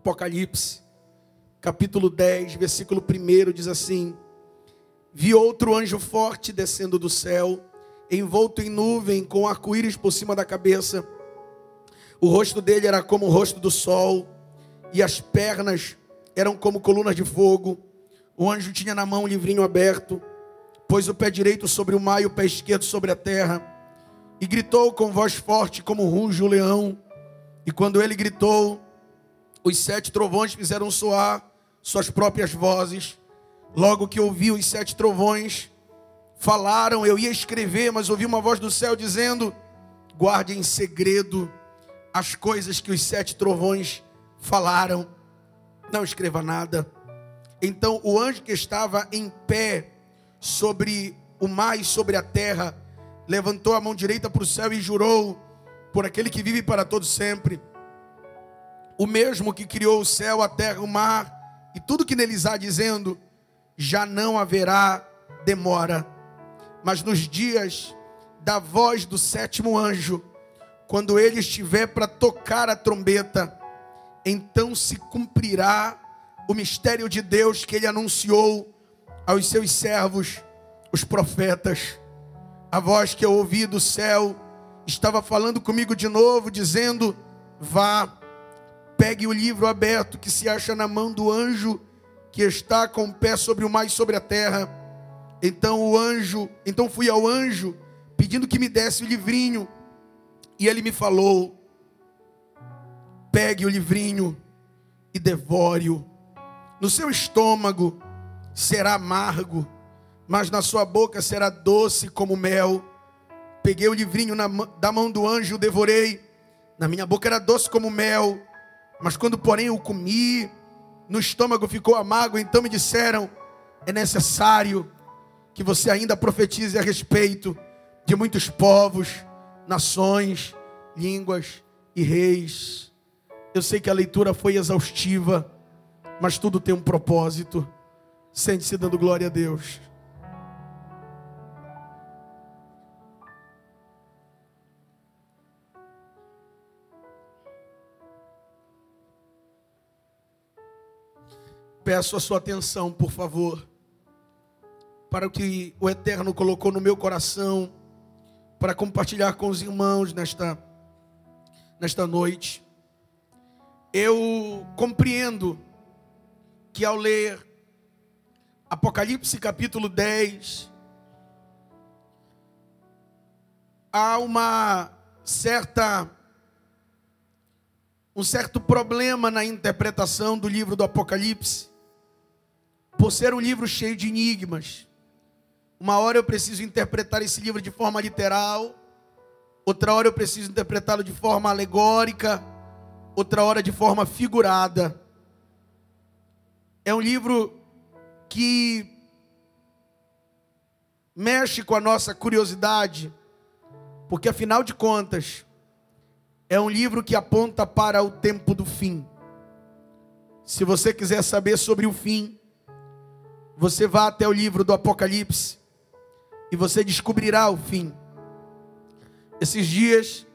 Apocalipse, capítulo 10, versículo 1, diz assim: Vi outro anjo forte descendo do céu, envolto em nuvem, com arco-íris por cima da cabeça. O rosto dele era como o rosto do sol, e as pernas eram como colunas de fogo. O anjo tinha na mão um livrinho aberto, pôs o pé direito sobre o mar e o pé esquerdo sobre a terra, e gritou com voz forte como ruge o leão. E quando ele gritou, os 7 trovões fizeram soar suas próprias vozes. Logo que ouvi os 7 trovões, falaram. Eu ia escrever, mas ouvi uma voz do céu dizendo: guarde em segredo as coisas que os 7 trovões falaram. Não escreva nada. Então o anjo que estava em pé sobre o mar e sobre a terra levantou a mão direita para o céu e jurou por aquele que vive para todo sempre, o mesmo que criou o céu, a terra, o mar e tudo que neles há, dizendo: já não haverá demora, mas nos dias da voz do 7º anjo, quando ele estiver para tocar a trombeta, então se cumprirá o mistério de Deus que ele anunciou aos seus servos, os profetas. A voz que eu ouvi do céu estava falando comigo de novo, dizendo: vá, pegue o livro aberto que se acha na mão do anjo que está com o pé sobre o mar e sobre a terra. Então fui ao anjo pedindo que me desse o livrinho, e ele me falou: pegue o livrinho e devore-o. No seu estômago será amargo, mas na sua boca será doce como mel. Peguei o livrinho da mão do anjo, o devorei. Na minha boca era doce como mel, mas quando porém eu comi, no estômago ficou amargo. Então me disseram: é necessário que você ainda profetize a respeito de muitos povos, nações, línguas e reis. Eu sei que a leitura foi exaustiva, mas tudo tem um propósito. Sente-se dando glória a Deus. Peço a sua atenção, por favor, para o que o Eterno colocou no meu coração, para compartilhar com os irmãos nesta noite. Eu compreendo que ao ler Apocalipse capítulo 10, há um certo problema na interpretação do livro do Apocalipse, por ser um livro cheio de enigmas. Uma hora eu preciso interpretar esse livro de forma literal, outra hora eu preciso interpretá-lo de forma alegórica, outra hora de forma figurada. É um livro que mexe com a nossa curiosidade, porque afinal de contas, é um livro que aponta para o tempo do fim. Se você quiser saber sobre o fim, você vá até o livro do Apocalipse e você descobrirá o fim. Esses dias,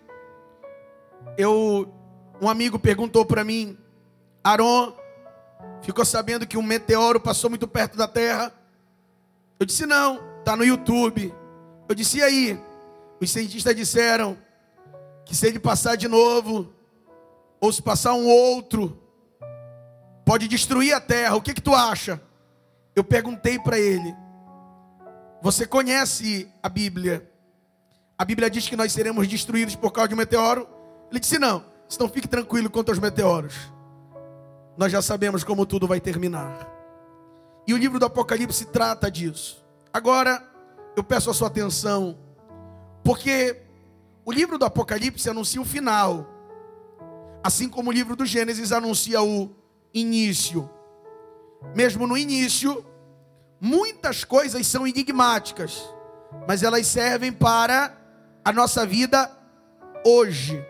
um amigo perguntou para mim: Aron, ficou sabendo que um meteoro passou muito perto da Terra? Eu disse: não, está no YouTube. Eu disse: e aí? Os cientistas disseram que se ele passar de novo, ou se passar um outro, pode destruir a Terra. O que tu acha? Eu perguntei para ele: você conhece a Bíblia? A Bíblia diz que nós seremos destruídos por causa de um meteoro? Ele disse: não, então fique tranquilo quanto aos meteoros. Nós já sabemos como tudo vai terminar. E o livro do Apocalipse trata disso. Agora, eu peço a sua atenção, porque o livro do Apocalipse anuncia o final, assim como o livro do Gênesis anuncia o início. Mesmo no início, muitas coisas são enigmáticas, mas elas servem para a nossa vida hoje.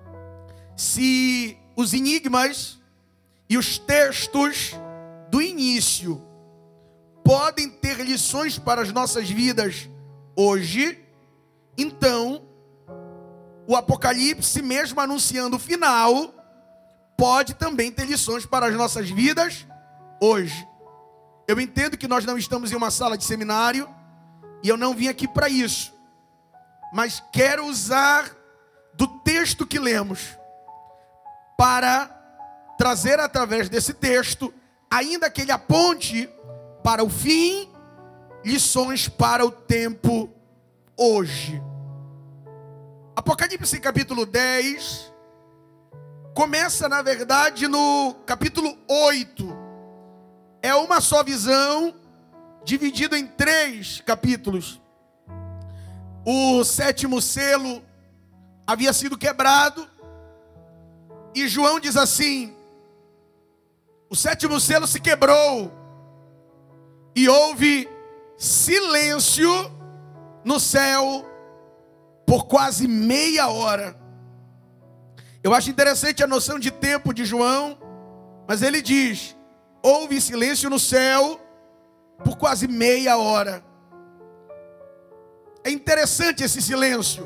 Se os enigmas e os textos do início podem ter lições para as nossas vidas hoje, então o Apocalipse, mesmo anunciando o final, pode também ter lições para as nossas vidas hoje. Eu entendo que nós não estamos em uma sala de seminário e eu não vim aqui para isso, mas quero usar do texto que lemos para trazer através desse texto, ainda que ele aponte para o fim, lições para o tempo hoje. Apocalipse capítulo 10 começa, na verdade, no capítulo 8. É uma só visão, dividido em 3 capítulos. O 7º selo havia sido quebrado, e João diz assim: o 7º selo se quebrou, e houve silêncio no céu por quase meia hora. Eu acho interessante a noção de tempo de João, mas ele diz: houve silêncio no céu por quase meia hora. É interessante esse silêncio,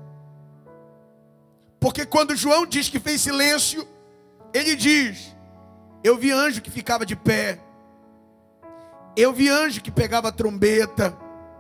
porque quando João diz que fez silêncio, ele diz: eu vi anjo que ficava de pé, eu vi anjo que pegava a trombeta,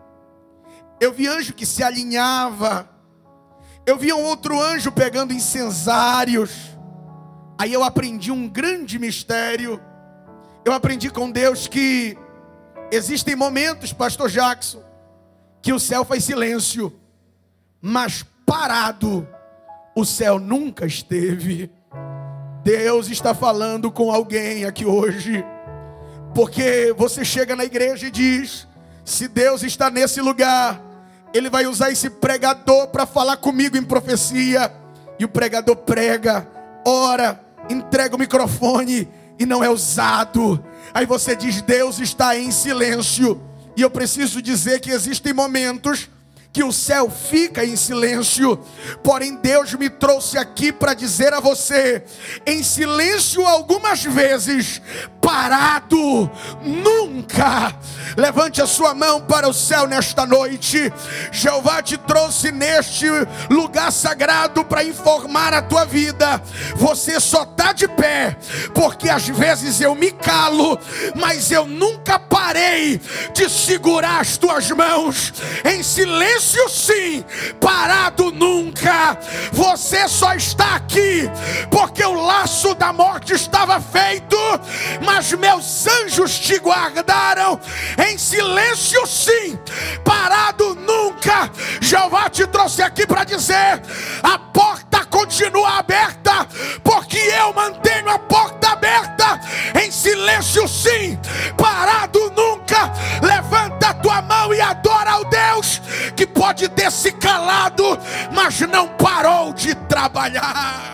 eu vi anjo que se alinhava, eu vi um outro anjo pegando incensários. Aí eu aprendi um grande mistério. Eu aprendi com Deus que existem momentos, pastor Jackson, que o céu faz silêncio, mas parado o céu nunca esteve. Deus está falando com alguém aqui hoje, porque você chega na igreja e diz: se Deus está nesse lugar, Ele vai usar esse pregador para falar comigo em profecia. E o pregador prega, ora, entrega o microfone e não é usado. Aí você diz: Deus está em silêncio. E eu preciso dizer que existem momentos que o céu fica em silêncio, porém Deus me trouxe aqui para dizer a você: em silêncio algumas vezes, parado nunca. Levante a sua mão para o céu nesta noite. Jeová te trouxe neste lugar sagrado para informar a tua vida. Você só está de pé porque às vezes eu me calo, mas eu nunca parei de segurar as tuas mãos. Em silêncio sim, parado nunca. Você só está aqui porque o laço da morte estava feito, mas meus anjos te guardaram. Em silêncio sim, parado nunca. Jeová te trouxe aqui para dizer: a porta continua aberta, porque eu mantenho a porta aberta. Em silêncio sim, parado nunca. Levanta a tua mão e adora ao Deus que pode ter se calado, mas não parou de trabalhar.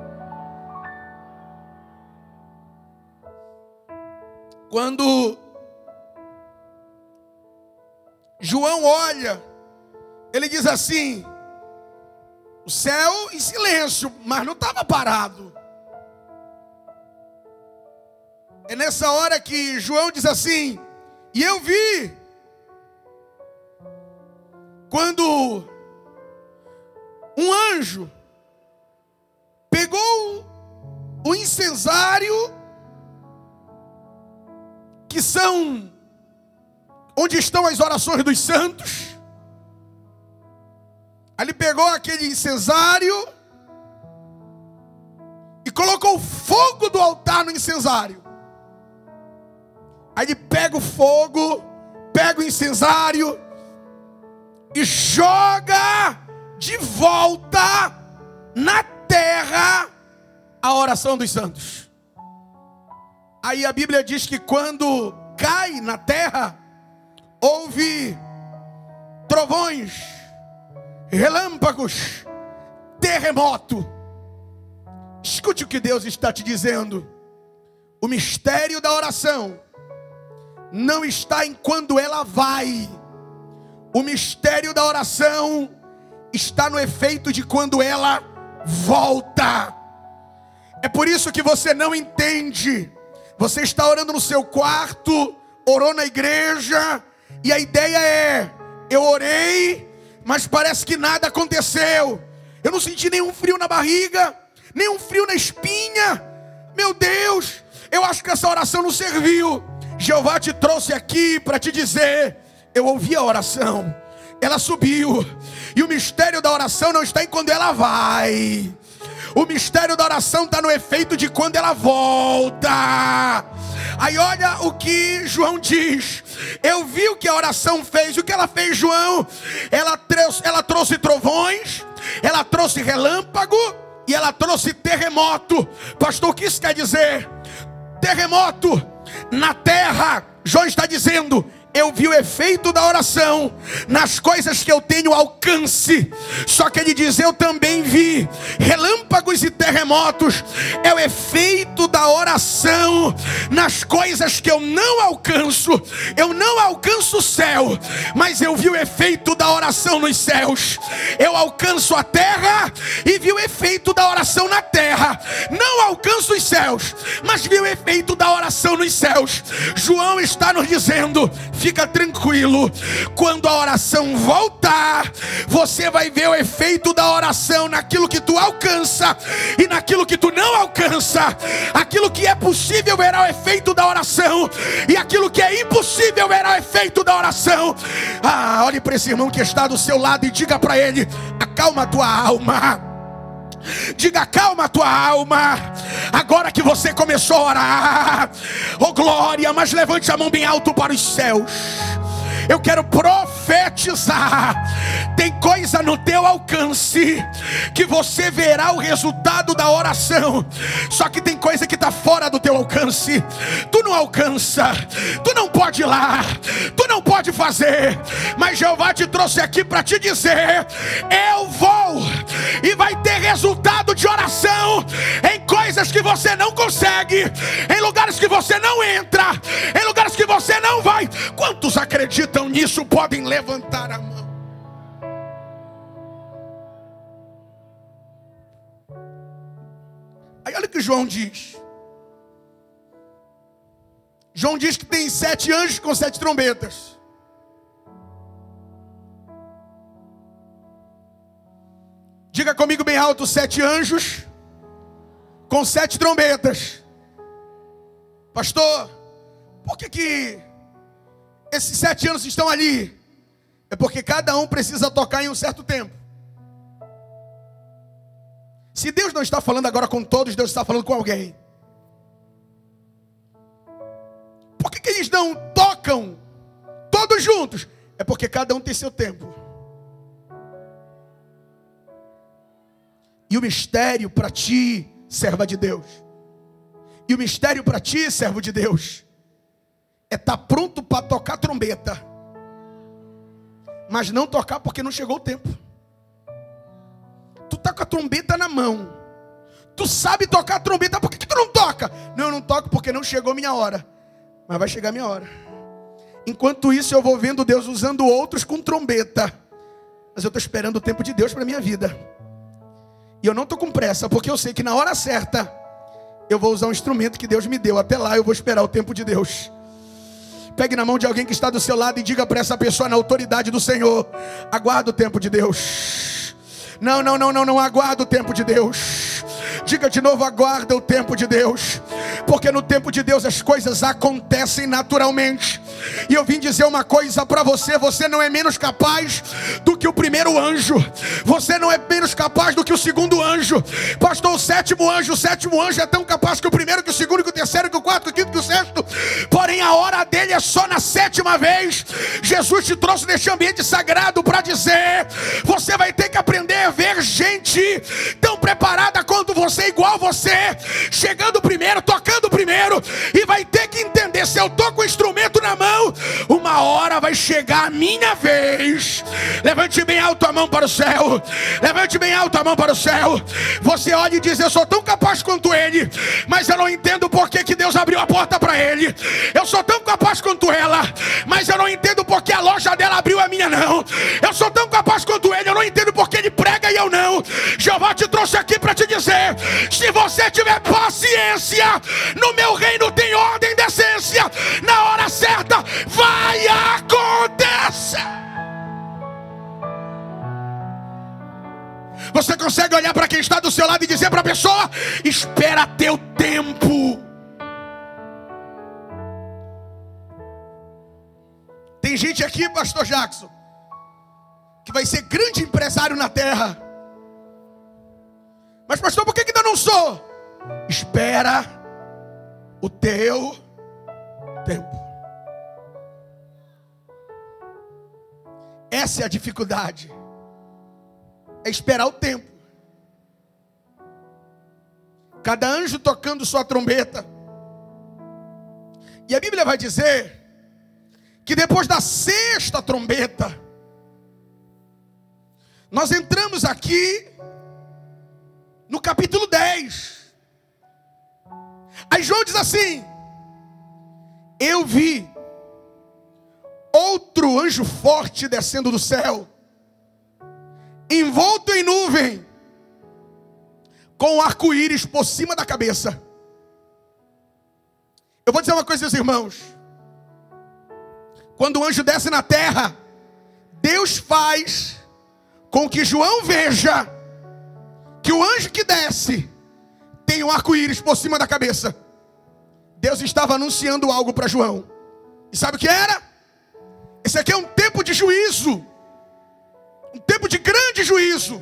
Quando João olha, ele diz assim: o céu em silêncio, mas não estava parado. É nessa hora que João diz assim: e eu vi, quando um anjo pegou o incensário, que são onde estão as orações dos santos. Aí ele pegou aquele incensário e colocou o fogo do altar no incensário. Aí ele pega o fogo, pega o incensário e joga de volta na terra a oração dos santos. Aí a Bíblia diz que quando cai na terra, houve trovões, relâmpagos, terremoto. Escute o que Deus está te dizendo. O mistério da oração não está em quando ela vai. O mistério da oração está no efeito de quando ela volta. É por isso que você não entende. Você está orando no seu quarto, orou na igreja, e a ideia é: eu orei, mas parece que nada aconteceu. Eu não senti nenhum frio na barriga, nenhum frio na espinha, Meu Deus, eu acho que essa oração não serviu. Jeová te trouxe aqui para te dizer: eu ouvi a oração, ela subiu. E o mistério da oração não está em quando ela vai. O mistério da oração está no efeito de quando ela volta. Aí olha o que João diz: eu vi o que a oração fez. O que ela fez, João? Ela trouxe trovões, ela trouxe relâmpago e ela trouxe terremoto. Pastor, o que isso quer dizer? Terremoto na terra. João está dizendo: eu vi o efeito da oração nas coisas que eu tenho alcance. Só que ele diz: eu também vi relâmpagos e terremotos. É o efeito da oração nas coisas que eu não alcanço. Eu não alcanço o céu, mas eu vi o efeito da oração nos céus. Eu alcanço a terra e vi o efeito da oração na terra. Não alcanço os céus, mas vi o efeito da oração nos céus. João está nos dizendo: fica tranquilo, quando a oração voltar, você vai ver o efeito da oração naquilo que tu alcança e naquilo que tu não alcança. Aquilo que é possível verá o efeito da oração, e aquilo que é impossível verá o efeito da oração. Olhe para esse irmão que está do seu lado e diga para ele: acalma a tua alma. Diga: calma a tua alma. Agora que você começou a orar, oh glória, mas levante a mão bem alto para os céus. Eu quero profetizar. Tem coisa no teu alcance que você verá o resultado da oração. Só que tem coisa que está fora do teu alcance. Tu não alcança, tu não pode ir lá, tu não pode fazer. Mas Jeová te trouxe aqui para te dizer: eu vou. E vai ter resultado de oração em coisas que você não consegue, em lugares que você não entra, em lugares que você não vai. Quantos acreditam nisso podem levantar a mão? Aí olha o que João diz. João diz que tem 7 anjos com 7 trombetas. Diga comigo bem alto: 7 anjos com 7 trombetas. Pastor, por que esses 7 anos estão ali? É porque cada um precisa tocar em um certo tempo. Se Deus não está falando agora com todos, Deus está falando com alguém. Por que eles não tocam todos juntos? É porque cada um tem seu tempo. E o mistério para ti, serva de Deus, e o mistério para ti, servo de Deus, é estar pronto para tocar trombeta, mas não tocar porque não chegou o tempo. Tu está com a trombeta na mão, tu sabe tocar a trombeta, por que tu não toca? Não, eu não toco porque não chegou minha hora, mas vai chegar minha hora. Enquanto isso eu vou vendo Deus usando outros com trombeta, mas eu estou esperando o tempo de Deus para a minha vida. E eu não estou com pressa, porque eu sei que na hora certa eu vou usar um instrumento que Deus me deu. Até lá eu vou esperar o tempo de Deus. Pegue na mão de alguém que está do seu lado e diga para essa pessoa, na autoridade do Senhor: aguarda o tempo de Deus. Não aguarda o tempo de Deus. Diga de novo: aguarda o tempo de Deus. Porque no tempo de Deus as coisas acontecem naturalmente. E eu vim dizer uma coisa para você: você não é menos capaz do que o primeiro anjo. Você não é menos capaz do que o segundo anjo. Pastor, o sétimo anjo é tão capaz que o primeiro, que o segundo, que o terceiro, que o quarto, que o quinto, que o sexto. Porém a hora dele é só na 7ª vez. Jesus te trouxe neste ambiente sagrado para dizer: você vai ter que aprender a ver gente tão preparada quanto você, igual você, chegando primeiro, tocando primeiro. E vai ter que entender: se eu tô com o instrumento na mão, uma hora vai chegar a minha vez. Levante bem alto a mão para o céu. Levante bem alto a mão para o céu. Você olha e diz: eu sou tão capaz quanto ele, mas eu não entendo por que Deus abriu a porta para ele. Eu sou tão capaz quanto ela, mas eu não entendo por que a loja dela abriu, a minha não. Eu sou tão capaz quanto ele, eu não entendo por que ele prega e eu não. Jeová te trouxe aqui para te dizer: se você tiver paciência, no meu reino tem ordem, decência. Na hora certa vai acontecer. Você consegue olhar para quem está do seu lado e dizer para a pessoa: espera teu tempo. Tem gente aqui, pastor Jackson, que vai ser grande empresário na terra. Mas pastor, por que ainda não sou? Espera o teu tempo. Essa é a dificuldade. É esperar o tempo. Cada anjo tocando sua trombeta. E a Bíblia vai dizer que depois da sexta trombeta, nós entramos aqui no capítulo 10. Aí João diz assim: eu vi outro anjo forte descendo do céu, envolto em nuvem, com um arco-íris por cima da cabeça. Eu vou dizer uma coisa, meus irmãos. Quando o anjo desce na terra, Deus faz com que João veja que o anjo que desce tem um arco-íris por cima da cabeça. Deus estava anunciando algo para João. E sabe o que era? Esse aqui é um tempo de juízo. Um tempo de grande juízo.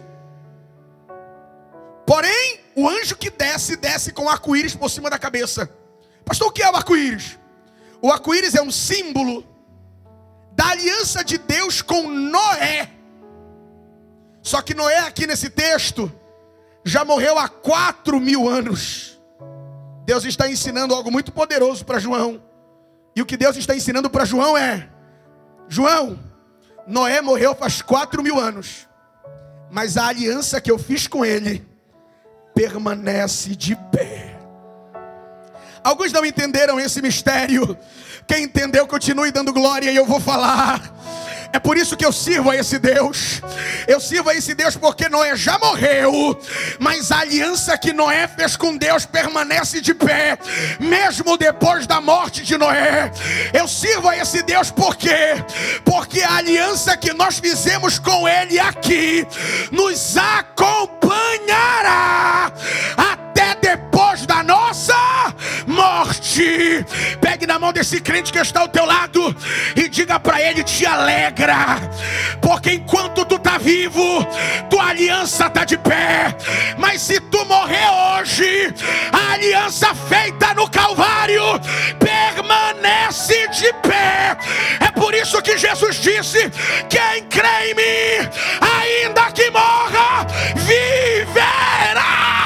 Porém, o anjo que desce com o arco-íris por cima da cabeça. Pastor, o que é o arco-íris? O arco-íris é um símbolo da aliança de Deus com Noé. Só que Noé, aqui nesse texto, já morreu há 4.000 anos. Deus está ensinando algo muito poderoso para João. E o que Deus está ensinando para João é: João, Noé morreu faz 4.000 anos, mas a aliança que eu fiz com ele permanece de pé. Alguns não entenderam esse mistério. Quem entendeu, continue dando glória e eu vou falar. É por isso que eu sirvo a esse Deus. Eu sirvo a esse Deus porque Noé já morreu, mas a aliança que Noé fez com Deus permanece de pé, mesmo depois da morte de Noé. Eu sirvo a esse Deus porque a aliança que nós fizemos com Ele aqui nos acompanhará até depois da nossa morte. Pegue na mão desse crente que está ao teu lado e diga para ele: te alegra, porque enquanto tu está vivo, tua aliança está de pé. Mas se tu morrer hoje, a aliança feita no Calvário permanece de pé. É por isso que Jesus disse: quem crê em mim, ainda que morra, viverá.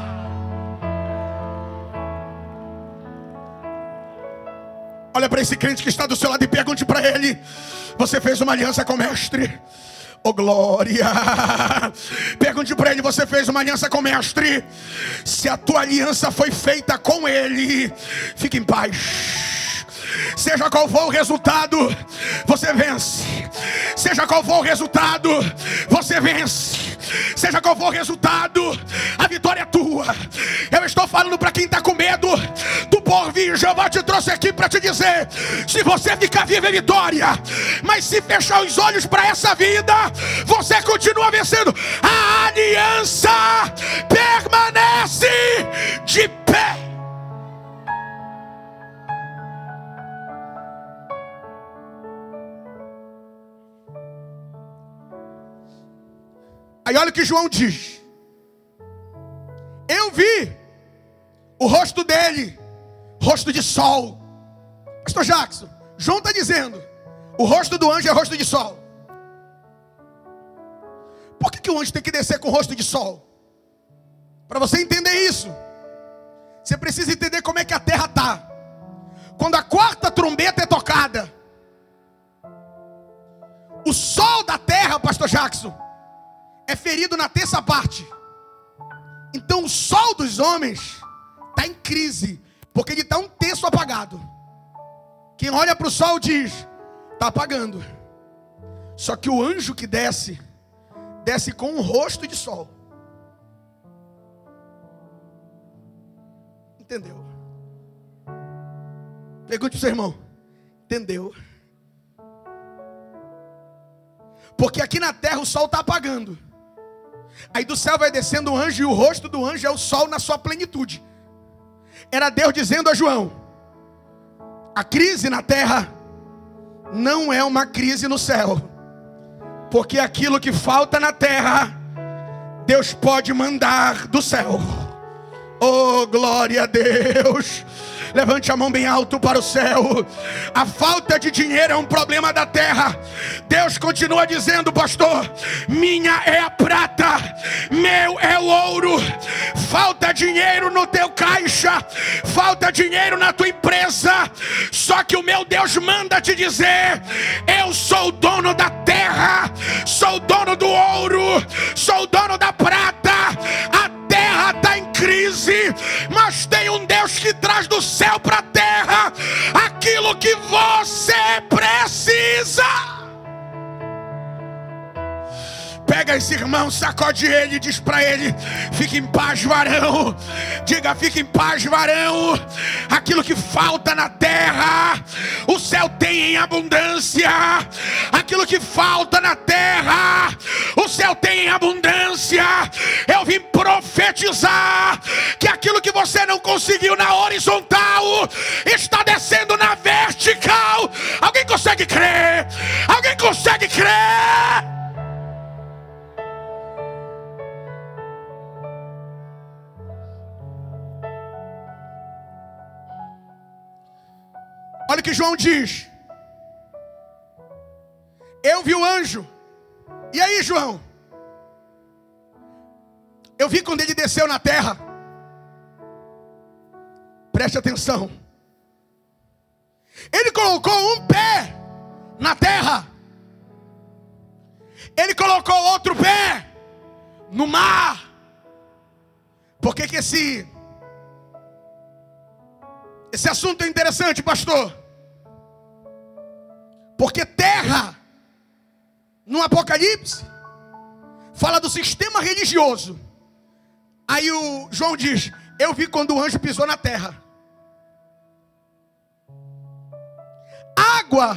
Olha para esse crente que está do seu lado e pergunte para ele: você fez uma aliança com o mestre? Oh glória! Pergunte para ele: você fez uma aliança com o mestre? Se a tua aliança foi feita com ele, fique em paz. Seja qual for o resultado, você vence. Seja qual for o resultado, você vence. Seja qual for o resultado, a vitória é tua. Eu estou falando para quem está com medo do porvir. Jeová te trouxe aqui para te dizer: se você ficar vivo é vitória, mas se fechar os olhos para essa vida, você continua vencendo. A aliança permanece de pé. Aí olha o que João diz: eu vi o rosto dele, rosto de sol. Pastor Jackson, João está dizendo: o rosto do anjo é rosto de sol. Por que o anjo tem que descer com o rosto de sol? Para você entender isso, você precisa entender como é que a terra está. Quando a quarta trombeta é tocada, o sol da terra, pastor Jackson, é ferido na terça parte. Então o sol dos homens está em crise, porque ele está um terço apagado. Quem olha para o sol diz: está apagando. Só que o anjo que desce com um rosto de sol. Entendeu? Pergunte para o seu irmão: entendeu? Porque aqui na terra o sol está apagando, Aí do céu vai descendo um anjo, e o rosto do anjo é o sol na sua plenitude. Era Deus dizendo a João: a crise na terra não é uma crise no céu, porque aquilo que falta na terra, Deus pode mandar do céu. Oh, glória a Deus! Levante a mão bem alto para o céu. A falta de dinheiro é um problema da terra. Deus continua dizendo: pastor, minha é a prata, meu é o ouro. Falta dinheiro no teu caixa, falta dinheiro na tua empresa. Só que o meu Deus manda te dizer: eu sou o dono da terra, sou o dono do ouro, sou o dono da prata. A terra está em crise, mas tem um Deus que traz do céu para a terra aquilo que você precisa. Pega esse irmão, sacode ele e diz para ele: fique em paz, varão. Diga: fique em paz, varão. Aquilo que falta na terra, o céu tem em abundância. Aquilo que falta na terra, o céu tem em abundância. Eu vim profetizar que aquilo que você não conseguiu na horizontal está descendo na vertical. Alguém consegue crer? Alguém consegue crer? Olha o que João diz: eu vi o anjo. E aí, João? Eu vi quando ele desceu na terra. Preste atenção. Ele colocou um pé na terra. Ele colocou outro pé no mar. Por que esse assunto é interessante, pastor? Porque terra, no Apocalipse, fala do sistema religioso. Aí o João diz: eu vi quando o anjo pisou na terra. Água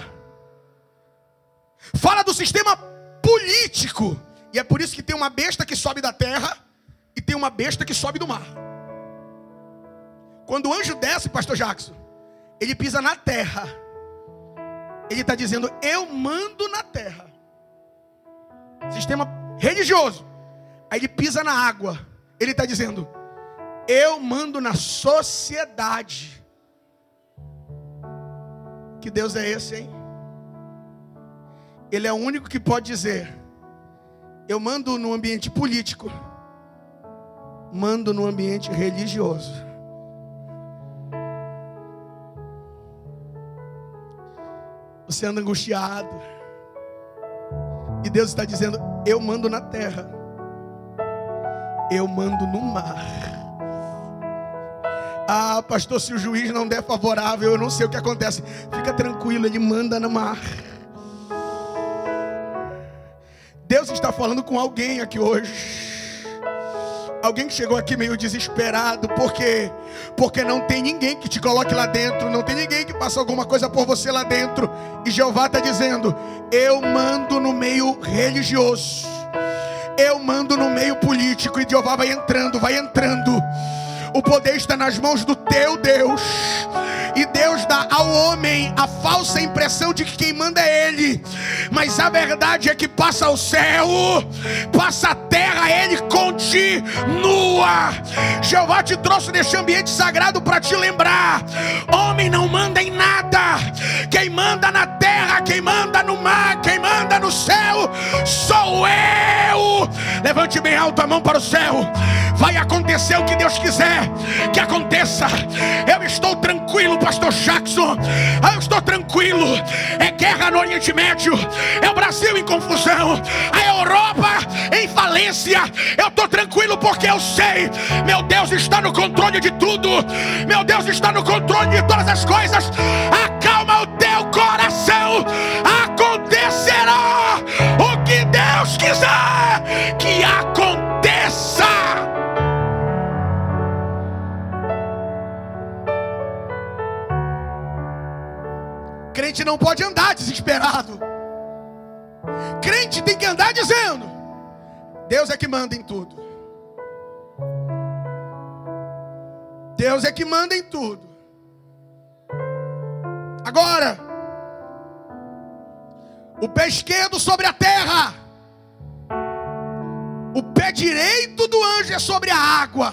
fala do sistema político. E é por isso que tem uma besta que sobe da terra e tem uma besta que sobe do mar. Quando o anjo desce, pastor Jackson, ele pisa na terra. Ele está dizendo: eu mando na terra. Sistema religioso. Aí ele pisa na água. Ele está dizendo: eu mando na sociedade. Que Deus é esse, hein? Ele é o único que pode dizer: eu mando no ambiente político, mando no ambiente religioso. Você anda angustiado, e Deus está dizendo: eu mando na terra, eu mando no mar. Ah, pastor, se o juiz não der favorável, eu não sei o que acontece. Fica tranquilo, ele manda no mar. Deus está falando com alguém aqui hoje. Alguém que chegou aqui meio desesperado, porque não tem ninguém que te coloque lá dentro, não tem ninguém que faça alguma coisa por você lá dentro. E Jeová está dizendo: eu mando no meio religioso, eu mando no meio político. E Jeová vai entrando, vai entrando. O poder está nas mãos do teu Deus. E Deus dá ao homem a falsa impressão de que quem manda é Ele. Mas a verdade é que passa o céu, passa a terra, Ele continua. Jeová te trouxe neste ambiente sagrado para te lembrar: homem não manda em nada. Quem manda na terra, quem manda no mar, quem manda no céu, sou eu. Levante bem alto a mão para o céu. Vai acontecer o que Deus quiser que aconteça. Eu estou tranquilo, pastor Jackson. Eu estou tranquilo. É guerra no Oriente Médio, é o Brasil em confusão, a Europa em falência. Eu estou tranquilo porque eu sei: meu Deus está no controle de tudo. Meu Deus está no controle de todas as coisas. Acalma o teu coração. Acontecerá o que Deus quiser que aconteça. Crente não pode andar desesperado. Crente tem que andar dizendo: Deus é que manda em tudo. Deus é que manda em tudo. Agora, o pé esquerdo sobre a terra, o pé direito do anjo é sobre a água.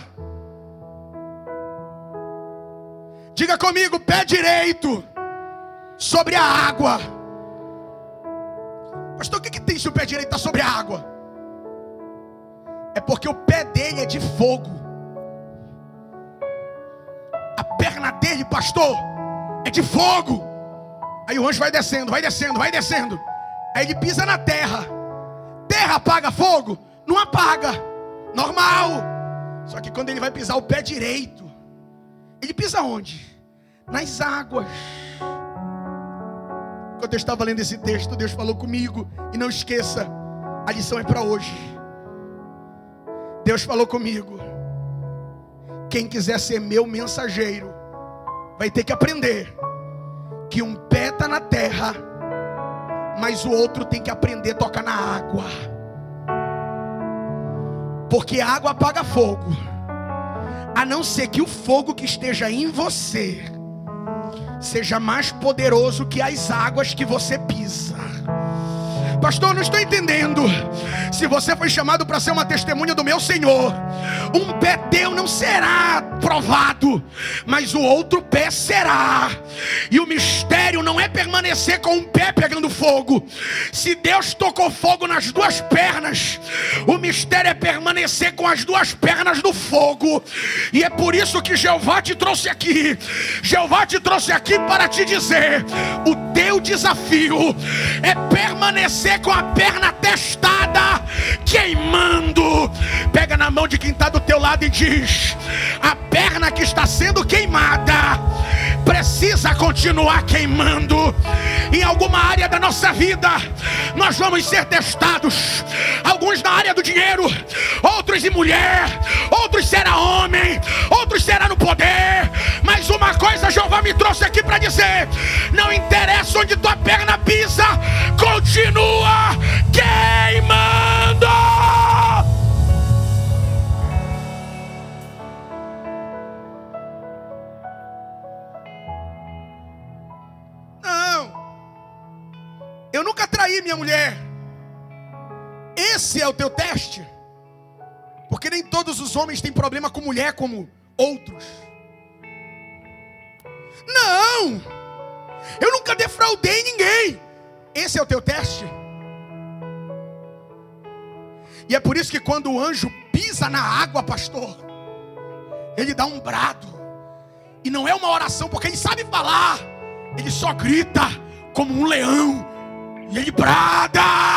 Diga comigo, pé direito sobre a água. Pastor, o que tem se o pé direito está sobre a água? É porque o pé dele é de fogo. A perna dele, pastor, é de fogo. Aí o anjo vai descendo, vai descendo, vai descendo. Aí ele pisa na terra. Terra apaga fogo? Não apaga. Normal. Só que quando ele vai pisar o pé direito, ele pisa onde? Nas águas. Quando eu estava lendo esse texto, Deus falou comigo. E não esqueça, a lição é para hoje. Deus falou comigo: quem quiser ser meu mensageiro vai ter que aprender que um pé está na terra, mas o outro tem que aprender a tocar na água. Porque a água apaga fogo, a não ser que o fogo que esteja em você seja mais poderoso que as águas que você pisa. Pastor, eu não estou entendendo. Se você foi chamado para ser uma testemunha do meu Senhor, um pé teu não será provado, mas o outro pé será. E o mistério não é permanecer com um pé pegando fogo. Se Deus tocou fogo nas duas pernas, o mistério é permanecer com as duas pernas no fogo. E é por isso que Jeová te trouxe aqui. Jeová te trouxe aqui para te dizer: o teu desafio é permanecer com a perna testada, queimando. Pega na mão de quem está do teu lado e diz: a perna que está sendo queimada precisa continuar queimando. Em alguma área da nossa vida nós vamos ser testados. Alguns na área do dinheiro, outros em mulher, outros será homem, outros será no poder. Mas uma coisa Jeová me trouxe aqui para dizer: não interessa onde tua perna pisa, continua queimando. Não, eu nunca traí minha mulher. Esse é o teu teste. Porque nem todos os homens têm problema com mulher como outros. Não, eu nunca defraudei ninguém. Esse é o teu teste. E é por isso que quando o anjo pisa na água, pastor, ele dá um brado. E não é uma oração, porque ele sabe falar. Ele só grita como um leão. E ele brada.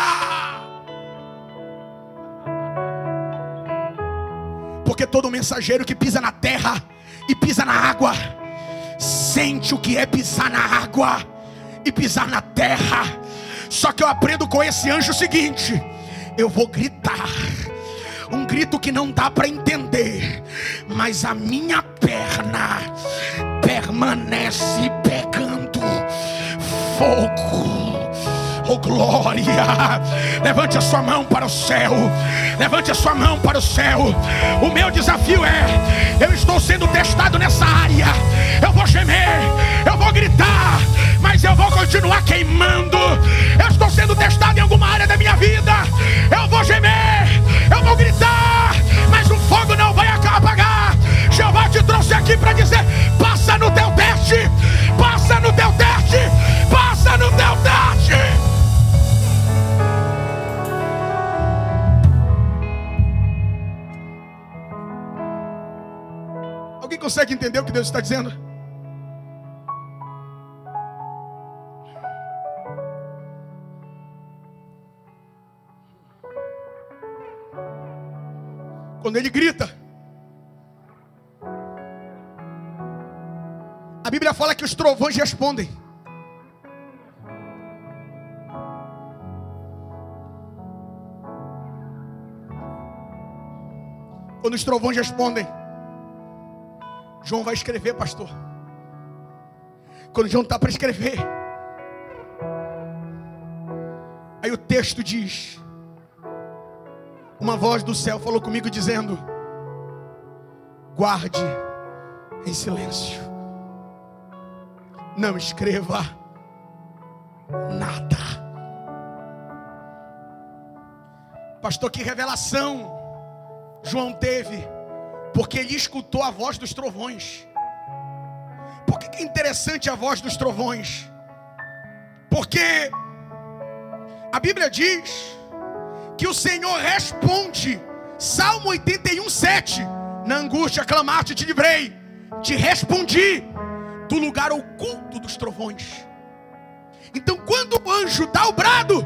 Porque todo mensageiro que pisa na terra e pisa na água sente o que é pisar na água e pisar na terra. Só que eu aprendo com esse anjo o seguinte: eu vou gritar um grito que não dá para entender, mas a minha perna permanece pegando fogo. Oh glória! Levante a sua mão para o céu. Levante a sua mão para o céu. O meu desafio é: eu estou sendo testado nessa área. Eu vou gemer, eu vou gritar, mas eu vou continuar queimando. Eu estou sendo testado em alguma área da minha vida. Eu vou gemer, eu vou gritar, mas o fogo não vai apagar. Jeová te trouxe aqui para dizer: passa no teu teste. Passa no teu teste. Passa no teu teste. Alguém consegue entender o que Deus está dizendo? Quando ele grita, a Bíblia fala que os trovões respondem. Quando os trovões respondem, João vai escrever, pastor. Quando João está para escrever, aí o texto diz: uma voz do céu falou comigo dizendo: guarde em silêncio, não escreva nada. Pastor, que revelação João teve, porque ele escutou a voz dos trovões. Por que é interessante a voz dos trovões? Porque a Bíblia diz que o Senhor responde, Salmo 81:7, na angústia clamaste, te livrei, te respondi do lugar oculto dos trovões. Então quando o anjo dá o brado,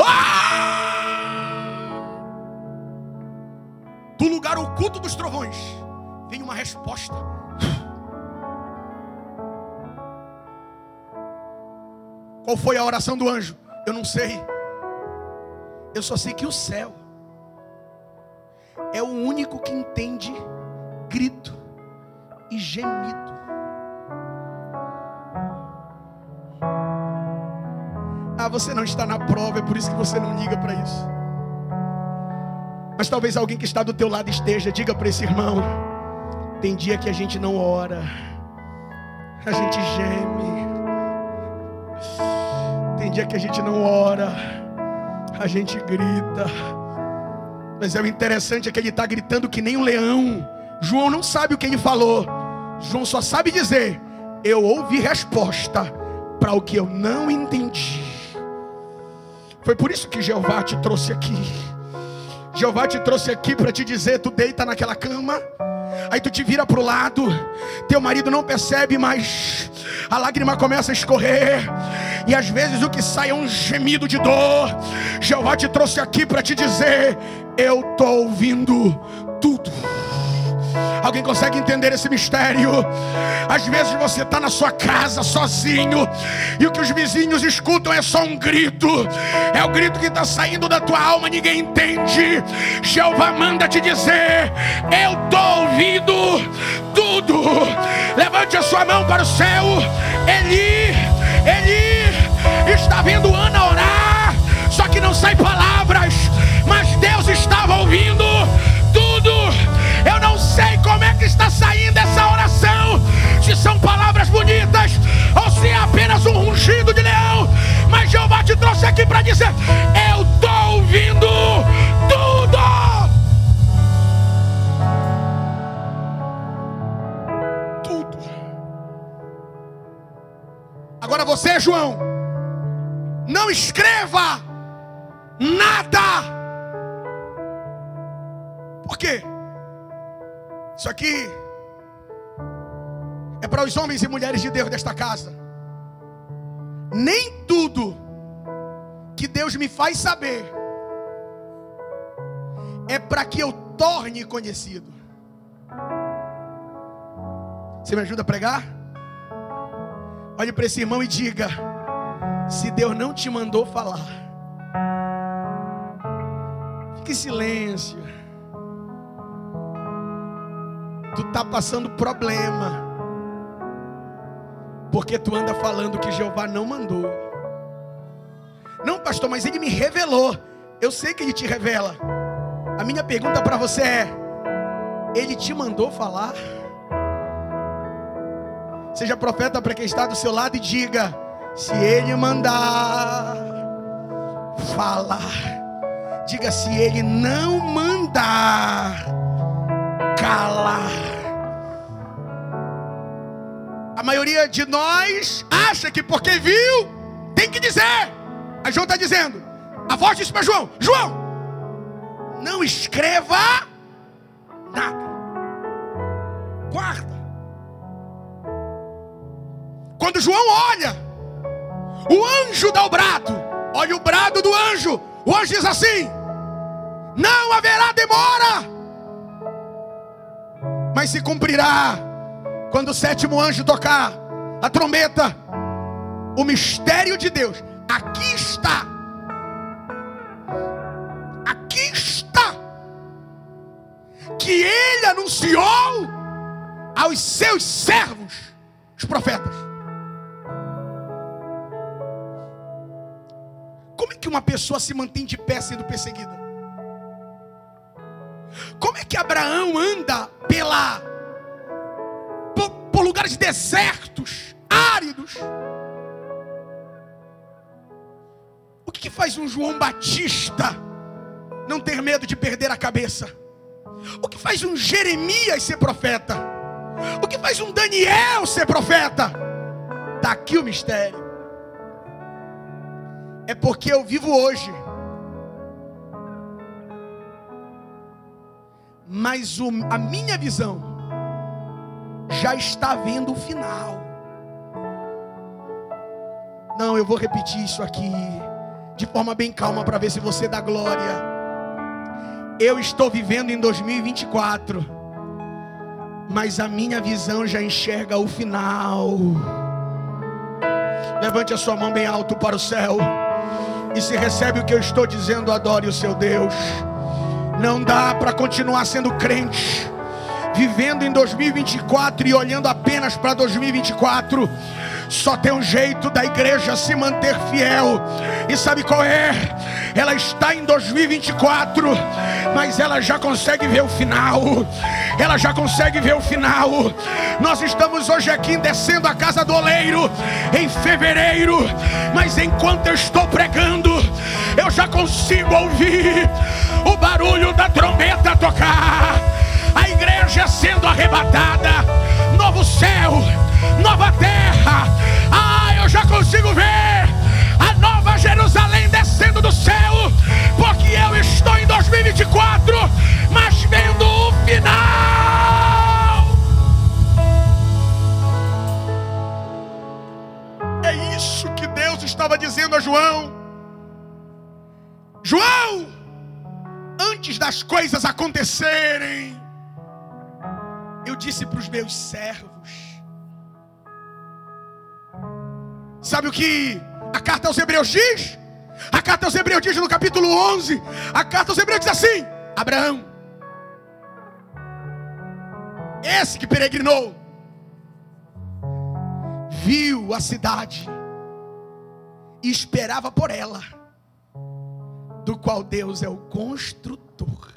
do lugar oculto dos trovões vem uma resposta. Qual foi a oração do anjo? Eu não sei. Eu só sei que o céu é o único que entende grito e gemido. Você não está na prova, é por isso que você não liga para isso. Mas talvez alguém que está do teu lado esteja. Diga para esse irmão: tem dia que a gente não ora, a gente geme. Tem dia que a gente não ora, a gente grita. Mas o interessante é que ele está gritando que nem um leão. João não sabe o que ele falou. João só sabe dizer: eu ouvi resposta para o que eu não entendi. Foi por isso que Jeová te trouxe aqui. Jeová te trouxe aqui para te dizer: tu deita naquela cama, aí tu te vira para o lado, teu marido não percebe, mas a lágrima começa a escorrer, e às vezes o que sai é um gemido de dor. Jeová te trouxe aqui para te dizer: eu estou ouvindo tudo. Alguém consegue entender esse mistério? Às vezes você está na sua casa sozinho, e o que os vizinhos escutam é só um grito. É o grito que está saindo da tua alma, ninguém entende. Jeová manda te dizer: eu estou ouvindo tudo. Levante a sua mão para o céu. Eli está vendo Ana orar, só que não sai palavras, mas Deus estava ouvindo tudo. Eu não sei como é que está saindo essa oração, se são palavras bonitas ou se é apenas um rugido de leão, mas Jeová te trouxe aqui para dizer: eu estou ouvindo tudo. Tudo. Agora você, João, não escreva nada. Por quê? Isso aqui é para os homens e mulheres de Deus desta casa. Nem tudo que Deus me faz saber é para que eu torne conhecido. Você me ajuda a pregar? Olhe para esse irmão e diga: se Deus não te mandou falar, fique em silêncio. Tu está passando problema, porque tu anda falando que Jeová não mandou. Não, pastor, mas ele me revelou. Eu sei que ele te revela. A minha pergunta para você é: ele te mandou falar? Seja profeta para quem está do seu lado e diga: se ele mandar, fala. Diga: se ele não mandar, cala. A maioria de nós acha que porque viu, tem que dizer. A João está dizendo, a voz disse para João: João, não escreva nada, guarda. Quando João olha, o anjo dá o brado. Olha o brado do anjo. O anjo diz assim: não haverá demora, mas se cumprirá quando o sétimo anjo tocar a trombeta. O mistério de Deus aqui está. Aqui está. Que ele anunciou aos seus servos, os profetas. Como é que uma pessoa se mantém de pé sendo perseguida? que Abraão anda por lugares desertos, áridos? O que faz um João Batista não ter medo de perder a cabeça? O que faz um Jeremias ser profeta? O que faz um Daniel ser profeta? Está aqui o mistério. É porque eu vivo hoje, mas a minha visão já está vendo o final. Não, eu vou repetir isso aqui de forma bem calma para ver se você dá glória. Eu estou vivendo em 2024, mas a minha visão já enxerga o final. Levante a sua mão bem alto para o céu, e se recebe o que eu estou dizendo, adore o seu Deus. Não dá para continuar sendo crente, vivendo em 2024 e olhando apenas para 2024. Só tem um jeito da igreja se manter fiel, e sabe qual é? Ela está em 2024, mas ela já consegue ver o final. Ela já consegue ver o final. Nós estamos hoje aqui descendo a casa do oleiro em fevereiro, mas enquanto eu estou pregando, eu já consigo ouvir o barulho da trombeta tocar, a igreja sendo arrebatada, novo céu, nova terra. Eu já consigo ver a nova Jerusalém descendo do céu, porque eu estou em 2024, mas vendo o final. É isso que Deus estava dizendo a João. João, antes das coisas acontecerem, eu disse para os meus servos. Sabe o que a carta aos Hebreus diz? A carta aos Hebreus diz no capítulo 11. A carta aos Hebreus diz assim: Abraão, esse que peregrinou, viu a cidade e esperava por ela, do qual Deus é o construtor.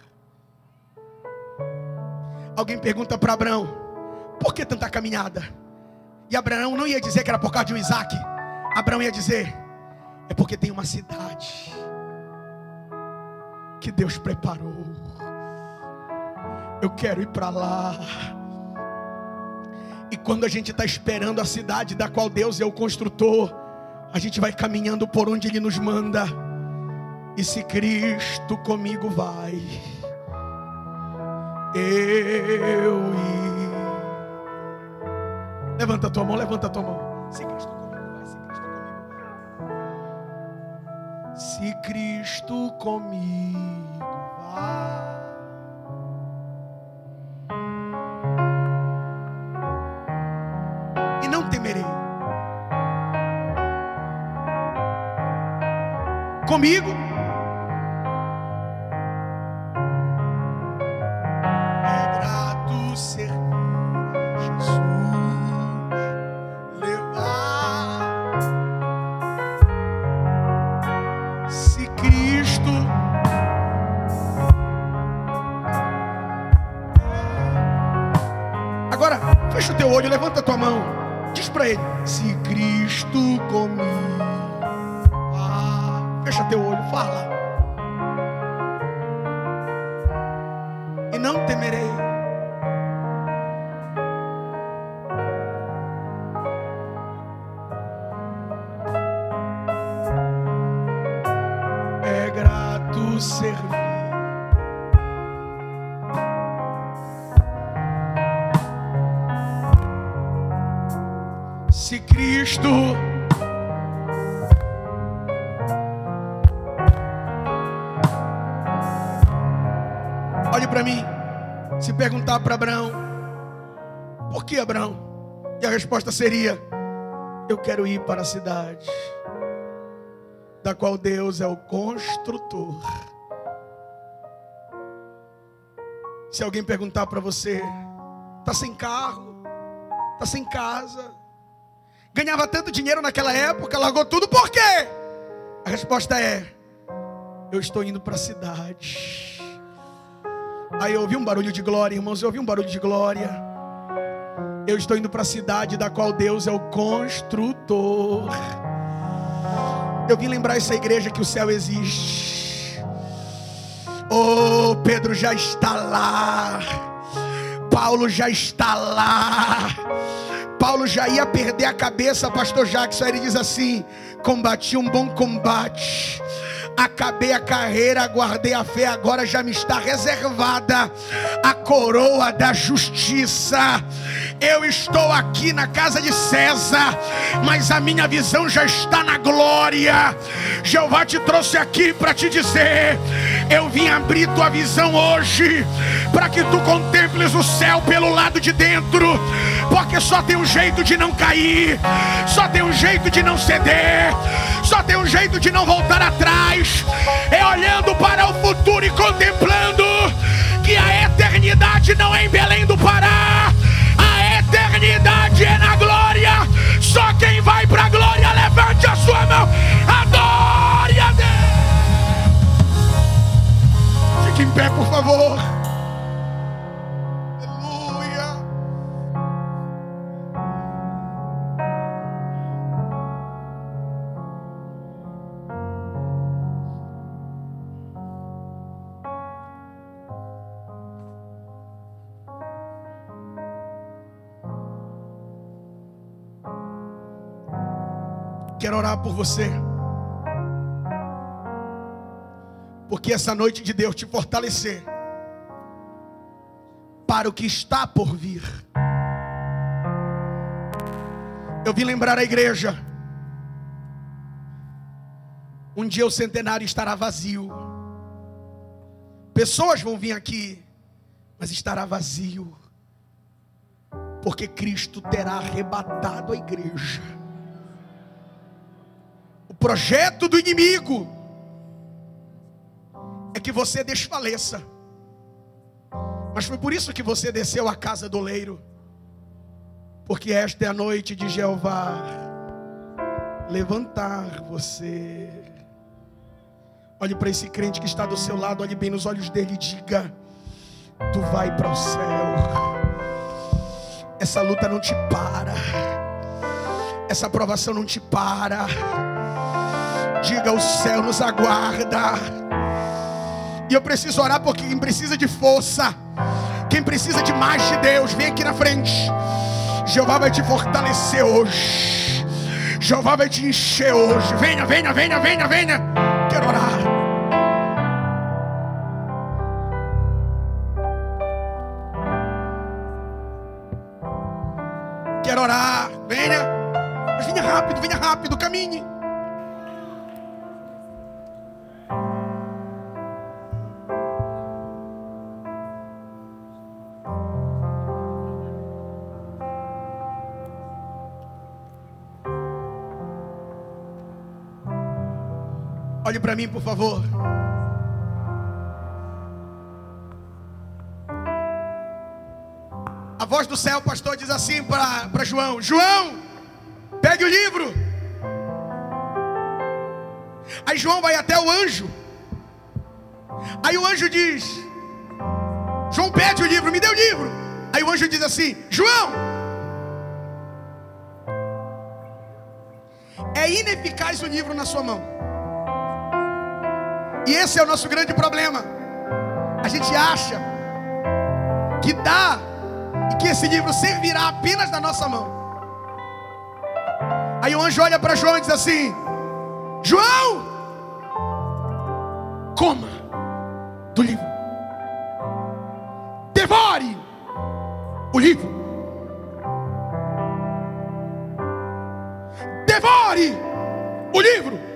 Alguém pergunta para Abraão: por que tanta caminhada? E Abraão não ia dizer que era por causa de Isaac. Abraão ia dizer: é porque tem uma cidade que Deus preparou. Eu quero ir para lá. E quando a gente está esperando a cidade da qual Deus é o construtor, a gente vai caminhando por onde Ele nos manda. E se Cristo comigo vai, eu ir. Levanta a tua mão, levanta a tua mão. Se Cristo comigo vai, se Cristo comigo vai. Se Cristo comigo vai, e não temerei. Comigo é grato ser Jesus. Fecha o teu olho, levanta a tua mão. Diz para ele: se Cristo comigo. Fecha teu olho, fala. E não temerei. É grato servir. Se Cristo olhe para mim, se perguntar para Abraão: por que, Abraão? E a resposta seria: eu quero ir para a cidade da qual Deus é o construtor. Se alguém perguntar para você: está sem carro, está sem casa, ganhava tanto dinheiro naquela época, largou tudo, por quê? A resposta é: eu estou indo para a cidade Aí eu ouvi um barulho de glória, irmãos, eu ouvi um barulho de glória. Eu estou indo para a cidade da qual Deus é o construtor. Eu vim lembrar essa igreja que o céu existe. Oh, Pedro já está lá. Paulo já está lá. Paulo já ia perder a cabeça, pastor Jackson. Ele diz assim: combati um bom combate, acabei a carreira, guardei a fé, agora já me está reservada a coroa da justiça. Eu estou aqui na casa de César, mas a minha visão já está na glória. Jeová te trouxe aqui para te dizer: eu vim abrir tua visão hoje, para que tu contemples o céu pelo lado de dentro, porque só tem um jeito de não cair, só tem um jeito de não ceder, só tem um jeito de não voltar atrás. É olhando para o futuro e contemplando que a eternidade não é em Belém do Pará, a eternidade é na glória. Só quem vai para a glória, levante a sua mão, adore a Deus. Fique em pé, por favor. Aleluia. Quero orar por você, porque essa noite de Deus te fortalecer para o que está por vir. Eu vim lembrar a igreja: um dia o centenário estará vazio. Pessoas vão vir aqui, mas estará vazio, porque Cristo terá arrebatado a igreja. O projeto do inimigo é que você desfaleça, mas foi por isso que você desceu à casa do oleiro, porque esta é a noite de Jeová levantar você. Olhe para esse crente que está do seu lado, olhe bem nos olhos dele e diga: tu vai para o céu. Essa luta não te para, essa provação não te para. Diga: o céu nos aguarda. E eu preciso orar porque quem precisa de força, quem precisa de mais de Deus, vem aqui na frente. Jeová vai te fortalecer hoje, Jeová vai te encher hoje. Venha, venha, venha, venha, venha. Quero orar. Quero orar. Venha. Mas venha rápido, caminhe. Olhe para mim, por favor. A voz do céu, o pastor diz assim para João: João, pegue o livro. Aí João vai até o anjo. Aí o anjo diz: João, pede o livro, me dê o livro. Aí o anjo diz assim: João, é ineficaz o livro na sua mão. E esse é o nosso grande problema. A gente acha que dá e que esse livro servirá apenas na nossa mão. Aí o anjo olha para João e diz assim: João, coma do livro, devore o livro, devore o livro.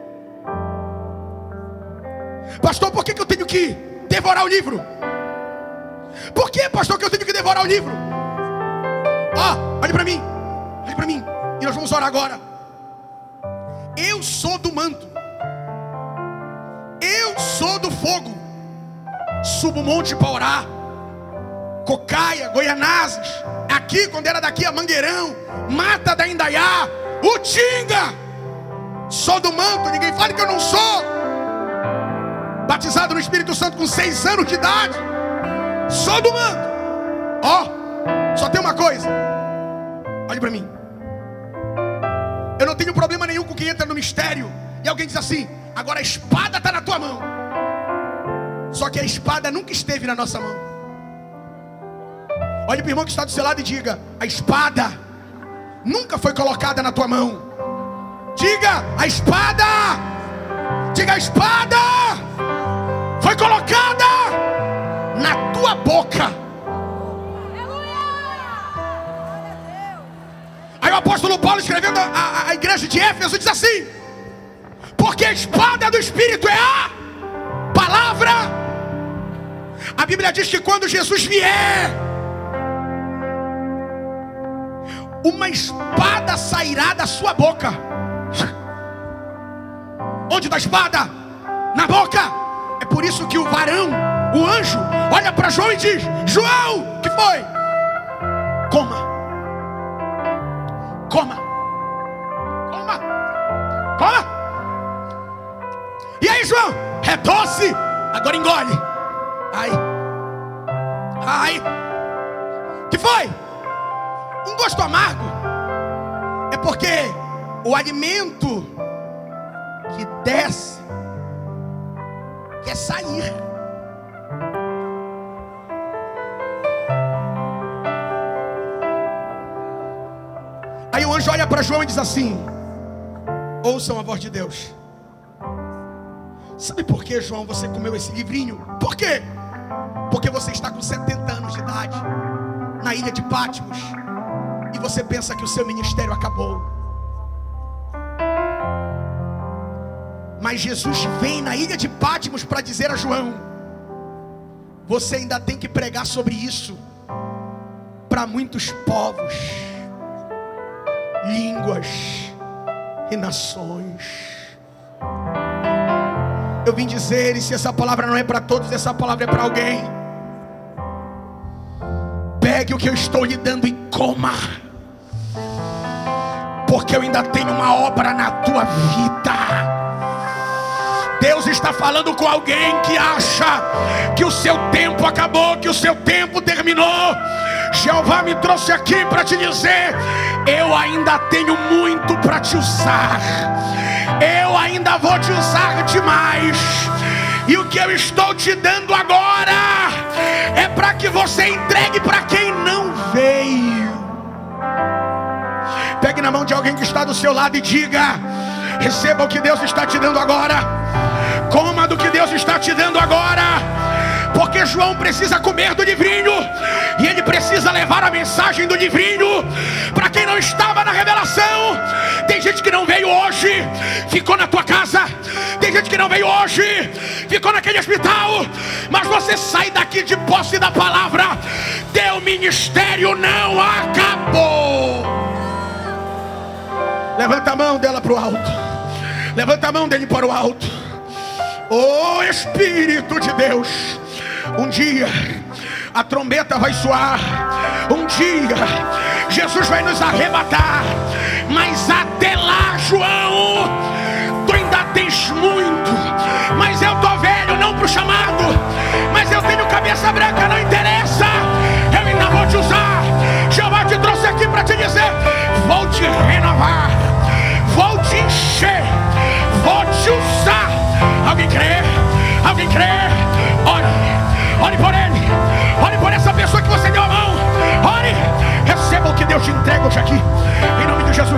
Pastor, por que eu tenho que devorar o livro? Por que, pastor, que eu tenho que devorar o livro? Olhe para mim, e nós vamos orar agora. Eu sou do manto, eu sou do fogo. Subo o monte para orar, Cocaia, Goianazes, aqui quando era daqui a Mangueirão, Mata da Indaiá, Utinga. Sou do manto, ninguém fale que eu não sou. Batizado no Espírito Santo com 6 anos de idade. Sou do mando. Só tem uma coisa. Olhe para mim. Eu não tenho problema nenhum com quem entra no mistério e alguém diz assim: agora a espada está na tua mão. Só que a espada nunca esteve na nossa mão. Olhe para o irmão que está do seu lado e diga: a espada nunca foi colocada na tua mão. Diga: a espada. Diga: a espada foi colocada na tua boca. Aí o apóstolo Paulo, escrevendo a igreja de Éfeso, diz assim: porque a espada do Espírito é a palavra. A Bíblia diz que quando Jesus vier, uma espada sairá da sua boca. Onde da espada? Na boca. É por isso que o varão, o anjo, olha para João e diz: João, que foi? Coma. Coma. Coma. Coma. E aí, João? É doce. Agora engole. Ai. Ai. Que foi? Um gosto amargo. É porque o alimento que desce quer sair. Aí o anjo olha para João e diz assim: ouçam a voz de Deus. Sabe por que, João, você comeu esse livrinho? Por quê? Porque você está com 70 anos de idade, na ilha de Patmos, e você pensa que o seu ministério acabou. Mas Jesus vem na ilha de Patmos para dizer a João: você ainda tem que pregar sobre isso para muitos povos, línguas e nações. Eu vim dizer, e se essa palavra não é para todos, essa palavra é para alguém. Pegue o que eu estou lhe dando e coma, porque eu ainda tenho uma obra na tua vida. Deus está falando com alguém que acha que o seu tempo acabou, que o seu tempo terminou. Jeová me trouxe aqui para te dizer: eu ainda tenho muito para te usar. Eu ainda vou te usar demais. E o que eu estou te dando agora é para que você entregue para quem não veio. Pegue na mão de alguém que está do seu lado e diga: receba o que Deus está te dando agora. Coma do que Deus está te dando agora. Porque João precisa comer do livrinho, e ele precisa levar a mensagem do livrinho para quem não estava na revelação. Tem gente que não veio hoje, ficou na tua casa. Tem gente que não veio hoje, ficou naquele hospital. Mas você sai daqui de posse da palavra. Teu ministério não acabou. Levanta a mão dela para o alto. Levanta a mão dele para o alto. Oh Espírito de Deus, um dia a trombeta vai soar. Um dia Jesus vai nos arrebatar. Mas até lá, João, tu ainda tens muito. Mas eu tô velho, não pro chamado. Mas eu tenho cabeça branca, não interessa. Eu ainda vou te usar. Jeová te trouxe aqui para te dizer: vou te renovar, vou te encher, vou te usar. Alguém crê? Alguém crê? Ore, ore por ele. Ore por essa pessoa que você deu a mão. Ore, receba o que Deus te entrega hoje aqui, em nome de Jesus.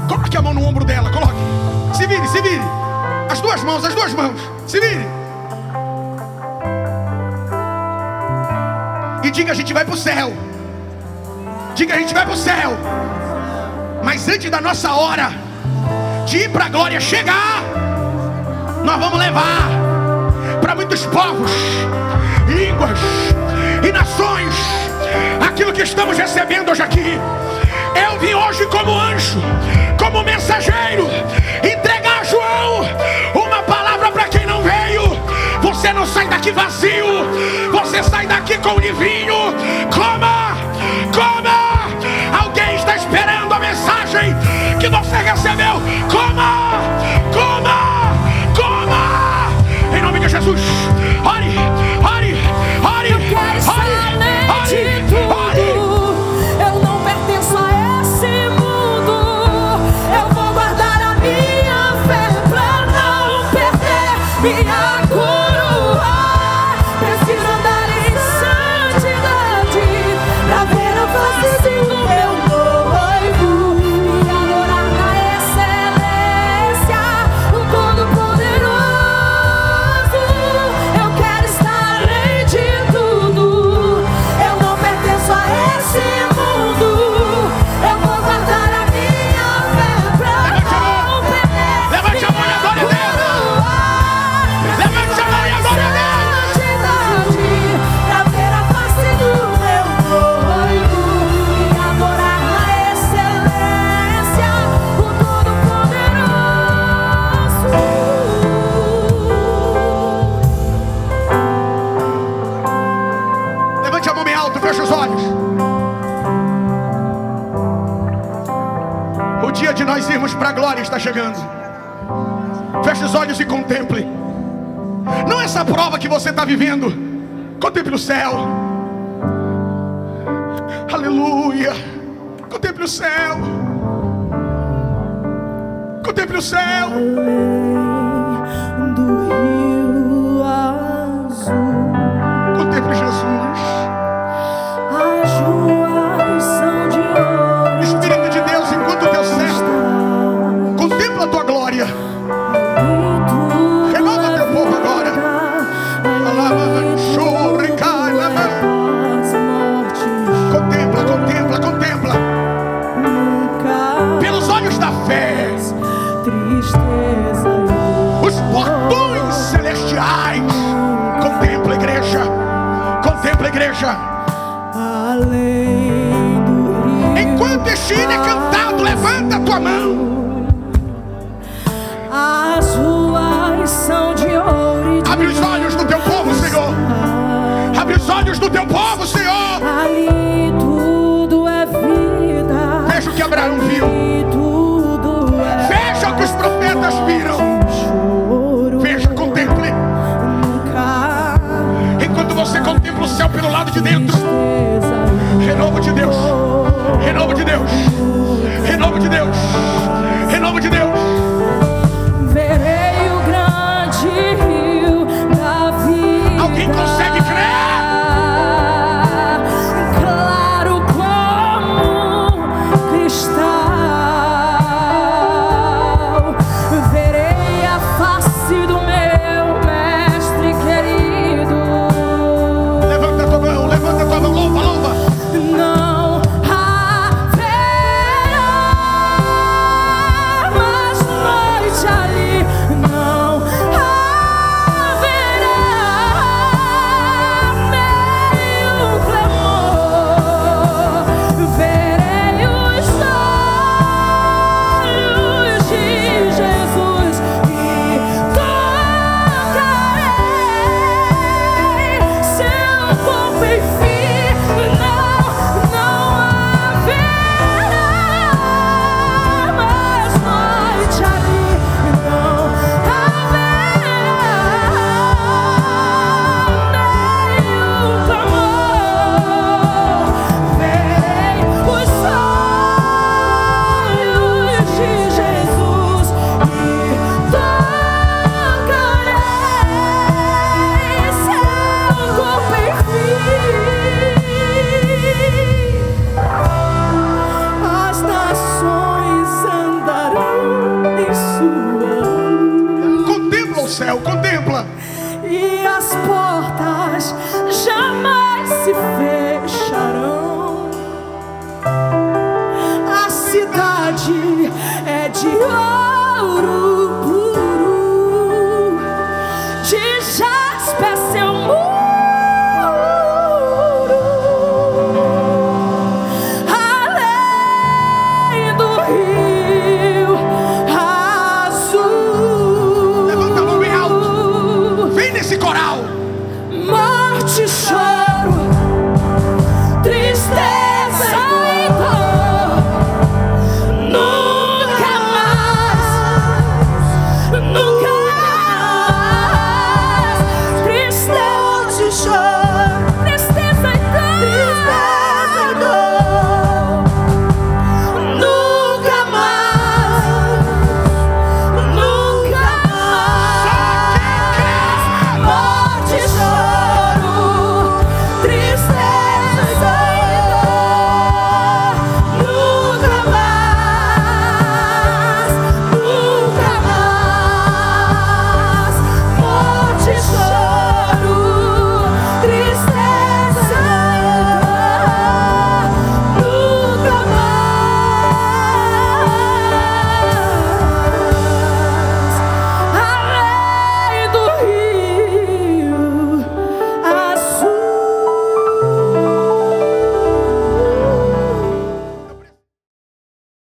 As duas mãos, se vire. diga: a gente vai para o céu. Diga: a gente vai para o céu. Mas antes da nossa hora de ir para a glória chegar, nós vamos levar para muitos povos, línguas e nações aquilo que estamos recebendo hoje aqui. Eu vim hoje como anjo, como mensageiro, entregar a João uma palavra para quem não veio. Você não sai daqui vazio, você sai daqui com o livrinho. Coma, coma. Alguém está esperando a mensagem que você recebeu. Coma, coma, coma. Em nome de Jesus. Ore, ore, ore, ore, ore, ore. Eu não pertenço a esse mundo. Eu vou guardar a minha fé pra não perder minha coroa. Preciso andar em santidade pra ver a face do meu noivo e adorar na excelência o Todo-Poderoso. Eu quero estar além de tudo. Eu não pertenço a esse mundo. Eu vou guardar a minha fé pra não perder. Levante a mão e adore a Deus. Levante a mão e adore a Deus. Pra ver a face do meu noivo e adorar na excelência o Todo-Poderoso. Levante a mão bem alto, feche os olhos. O dia de nós irmos para a glória está chegando. Feche os olhos e contemple. Não essa prova que você está vivendo. Contemple o céu. Aleluia. Contemple o céu. Contemple o céu. Além do rio azul, Contemple Jesus. as ruas são de ouro. Espírito de Deus, enquanto o teu servo contempla a tua glória. Renova teu povo agora. Contempla, contempla, contempla. Pelos olhos da fé, os portões celestiais. Contempla a igreja. Contempla a igreja. Além do rio, Enquanto este hino é cantado, levanta a tua mão. as ruas são de ouro e de Abre os olhos do teu povo, Senhor. Abre os olhos do teu povo, Senhor. ali tudo é vida. Veja o que Abraão viu. E tudo é Veja o que os profetas viram. choro. Veja, contemple. Nunca Enquanto você contempla o céu pelo lado de dentro, tristeza. renovo de Deus. Renovo de Deus. Renovo de Deus. Renovo de Deus. Verei o grande rio da vida. Alguém consegue crer? Claro como cristal. Verei a face do meu mestre querido. Levanta a tua mão, louva, louva. Não haverá de ouro.